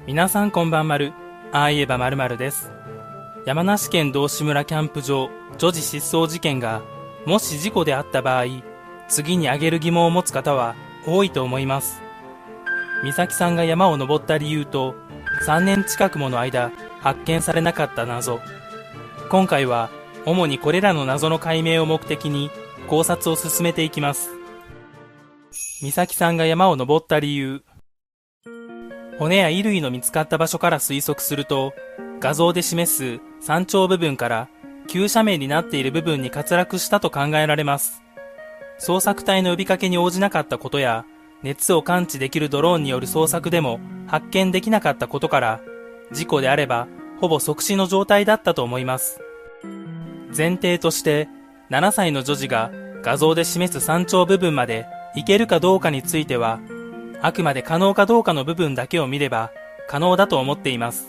皆さんこんばんまる。ああ言えば〇〇です。山梨県道志村キャンプ場女児失踪事件がもし事故であった場合、次に挙げる疑問を持つ方は多いと思います。美咲さんが山を登った理由と3年近くもの間発見されなかった謎。今回は主にこれらの謎の解明を目的に考察を進めていきます。美咲さんが山を登った理由。骨や衣類の見つかった場所から推測すると、画像で示す山頂部分から急斜面になっている部分に滑落したと考えられます。捜索隊の呼びかけに応じなかったことや、熱を感知できるドローンによる捜索でも発見できなかったことから、事故であればほぼ即死の状態だったと思います。前提として、7歳の女児が画像で示す山頂部分まで行けるかどうかについては、あくまで可能かどうかの部分だけを見れば可能だと思っています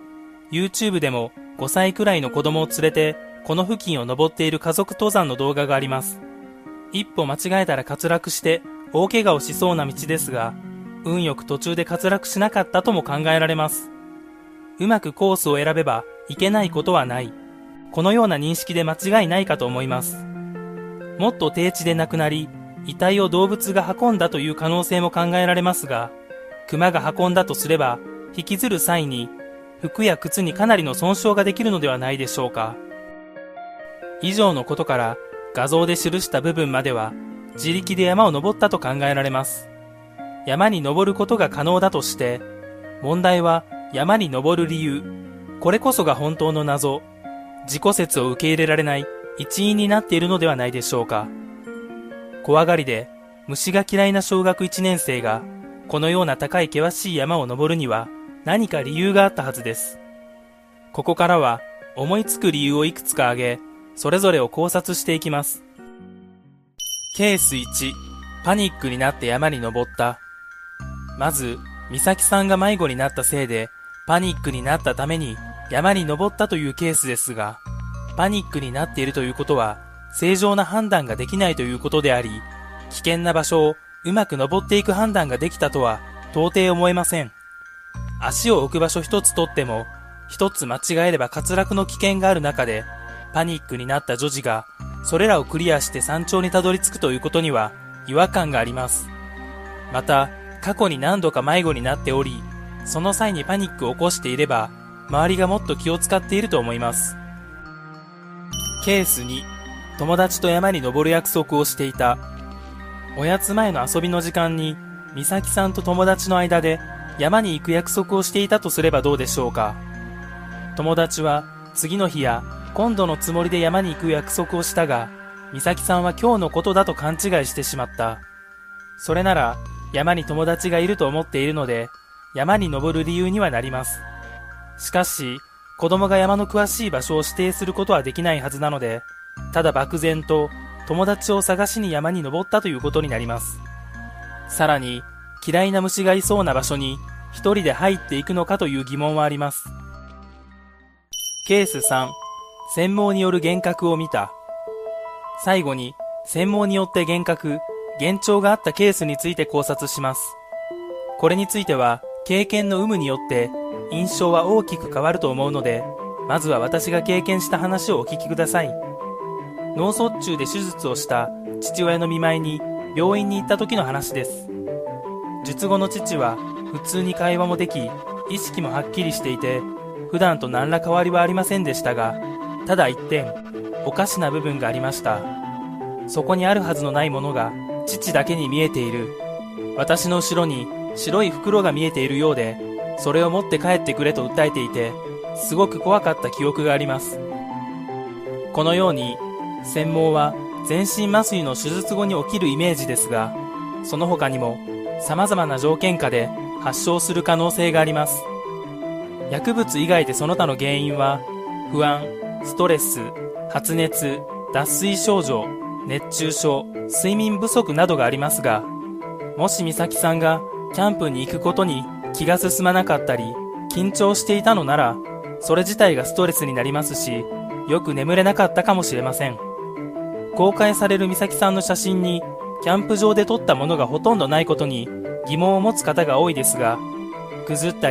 。YouTube でも5歳くらいの子供を連れてこの付近を登っている家族登山の動画があります。一歩間違えたら滑落して大怪我をしそうな道ですが、運よく途中で滑落しなかったとも考えられます。うまくコースを選べばいけないことはない。このような認識で間違いないかと思います。もっと低地で亡くなり、遺体を動物が運んだという可能性も考えられますが、熊が運んだとすれば、引きずる際に服や靴にかなりの損傷ができるのではないでしょうか。以上のことから画像で記した部分までは自力で山を登ったと考えられます。山に登ることが可能だとして、問題は山に登る理由、これこそが本当の謎、自己説を受け入れられない一因になっているのではないでしょうか。怖がりで虫が嫌いな小学1年生がこのような高い険しい山を登るには何か理由があったはずです。ここからは思いつく理由をいくつか挙げ、それぞれを考察していきます。ケース1、パニックになって山に登った。まず、美咲さんが迷子になったせいでパニックになったために山に登ったというケースですが、パニックになっているということは正常な判断ができないということであり、危険な場所をうまく登っていく判断ができたとは到底思えません。足を置く場所一つとっても、一つ間違えれば滑落の危険がある中で、パニックになった女児がそれらをクリアして山頂にたどり着くということには違和感があります。また、過去に何度か迷子になっており、その際にパニックを起こしていれば、周りがもっと気を使っていると思います。ケース2、友達と山に登る約束をしていた。おやつ前の遊びの時間に美咲さんと友達の間で山に行く約束をしていたとすればどうでしょうか。友達は次の日や今度のつもりで山に行く約束をしたが、美咲さんは今日のことだと勘違いしてしまった。それなら山に友達がいると思っているので山に登る理由にはなります。しかし子供が山の詳しい場所を指定することはできないはずなので、ただ漠然と友達を探しに山に登ったということになります。さらに嫌いな虫がいそうな場所に一人で入っていくのかという疑問はあります。ケース3、繊毛による幻覚を見た。最後に繊毛によって幻覚、幻聴があったケースについて考察します。これについては経験の有無によって印象は大きく変わると思うので、まずは私が経験した話をお聞きください。脳卒中で手術をした父親の見舞いに病院に行った時の話です。術後の父は普通に会話もでき、意識もはっきりしていて、普段と何ら変わりはありませんでしたが、ただ一点おかしな部分がありました。そこにあるはずのないものが父だけに見えている。私の後ろに白い袋が見えているようで、それを持って帰ってくれと訴えていて、すごく怖かった記憶があります。このように繊毛は全身麻酔の手術後に起きるイメージですが、その他にも様々な条件下で発症する可能性があります。薬物以外でその他の原因は不安、ストレス、発熱、脱水症状、熱中症、睡眠不足などがありますが、もし美咲さんがキャンプに行くことに気が進まなかったり緊張していたのなら、それ自体がストレスになりますし、よく眠れなかったかもしれません。公開される美咲さんの写真にキャンプ場で撮ったものがほとんどないことに疑問を持つ方が多いですが、ぐずったり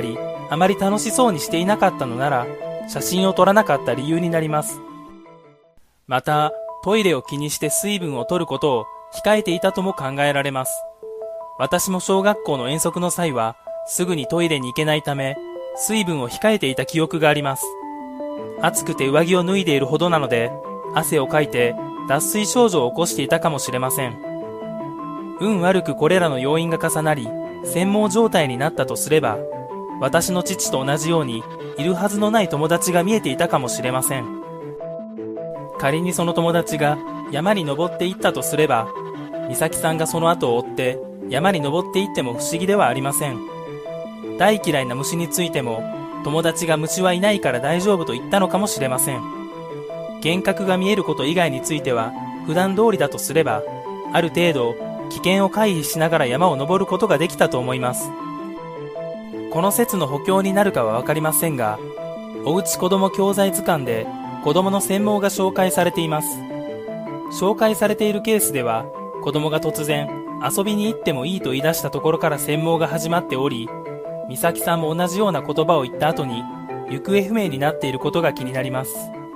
あまり楽しそうにしていなかったのなら、写真を撮らなかった理由になります。また、トイレを気にして水分を取ることを控えていたとも考えられます。私も小学校の遠足の際は、すぐにトイレに行けないため、水分を控えていた記憶があります。暑くて上着を脱いでいるほどなので、汗をかいて脱水症状を起こしていたかもしれません。運悪くこれらの要因が重なり、縵盲状態になったとすれば、私の父と同じようにいるはずのない友達が見えていたかもしれません。仮にその友達が山に登っていったとすれば、美咲さんがその後を追って山に登っていっても不思議ではありません。大嫌いな虫についても、友達が虫はいないから大丈夫と言ったのかもしれません。幻覚が見えること以外については普段通りだとすれば、ある程度危険を回避しながら山を登ることができたと思います。この説の補強になるかはわかりませんが、おうち子ども教材図鑑で子どもの縵盲が紹介されています。紹介されているケースでは、子どもが突然遊びに行ってもいいと言い出したところから縵盲が始まっており、美咲さんも同じような言葉を言った後に行方不明になっていることが気になります。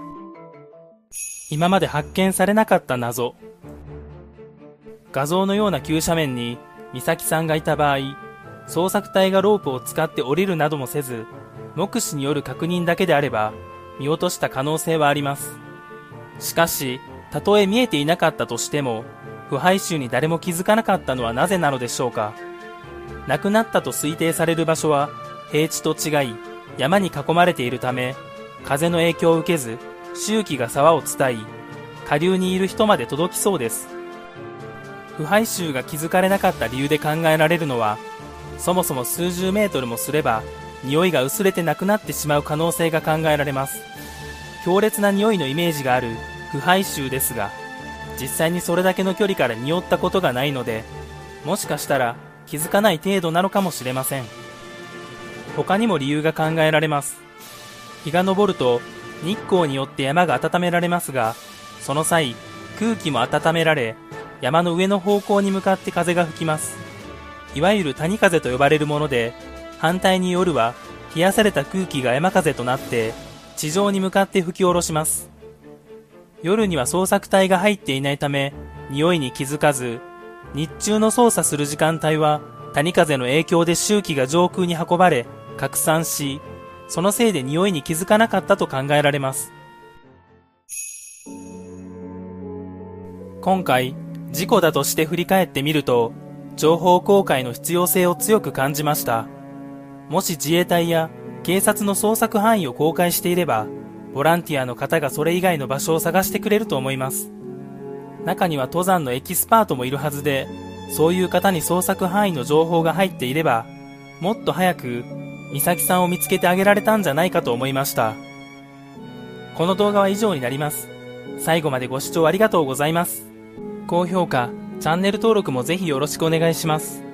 今まで発見されなかった謎。画像のような急斜面に美咲さんがいた場合、捜索隊がロープを使って降りるなどもせず、目視による確認だけであれば見落とした可能性はあります。しかし、たとえ見えていなかったとしても、腐敗臭に誰も気づかなかったのはなぜなのでしょうか。亡くなったと推定される場所は平地と違い山に囲まれているため、風の影響を受けず周期が沢を伝い、下流にいる人まで届きそうです。腐敗臭が気づかれなかった理由で考えられるのは、そもそも数十メートルもすれば匂いが薄れてなくなってしまう可能性が考えられます。強烈な匂いのイメージがある腐敗臭ですが、実際にそれだけの距離から匂ったことがないので、もしかしたら気づかない程度なのかもしれません。他にも理由が考えられます。日が昇ると日光によって山が温められますが、その際空気も温められ、山の上の方向に向かって風が吹きます。いわゆる谷風と呼ばれるもので、反対に夜は冷やされた空気が山風となって地上に向かって吹き下ろします。夜には捜索隊が入っていないため匂いに気づかず、日中の操作する時間帯は谷風の影響で周期が上空に運ばれ拡散し、そのせいで匂いに気づかなかったと考えられます。今回事故だとして振り返ってみると、情報公開の必要性を強く感じました。もし自衛隊や警察の捜索範囲を公開していれば、ボランティアの方がそれ以外の場所を探してくれると思います。中には登山のエキスパートもいるはずで、そういう方に捜索範囲の情報が入っていれば、もっと早く美咲さんを見つけてあげられたんじゃないかと思いました。この動画は以上になります。最後までご視聴ありがとうございます。高評価、チャンネル登録もぜひよろしくお願いします。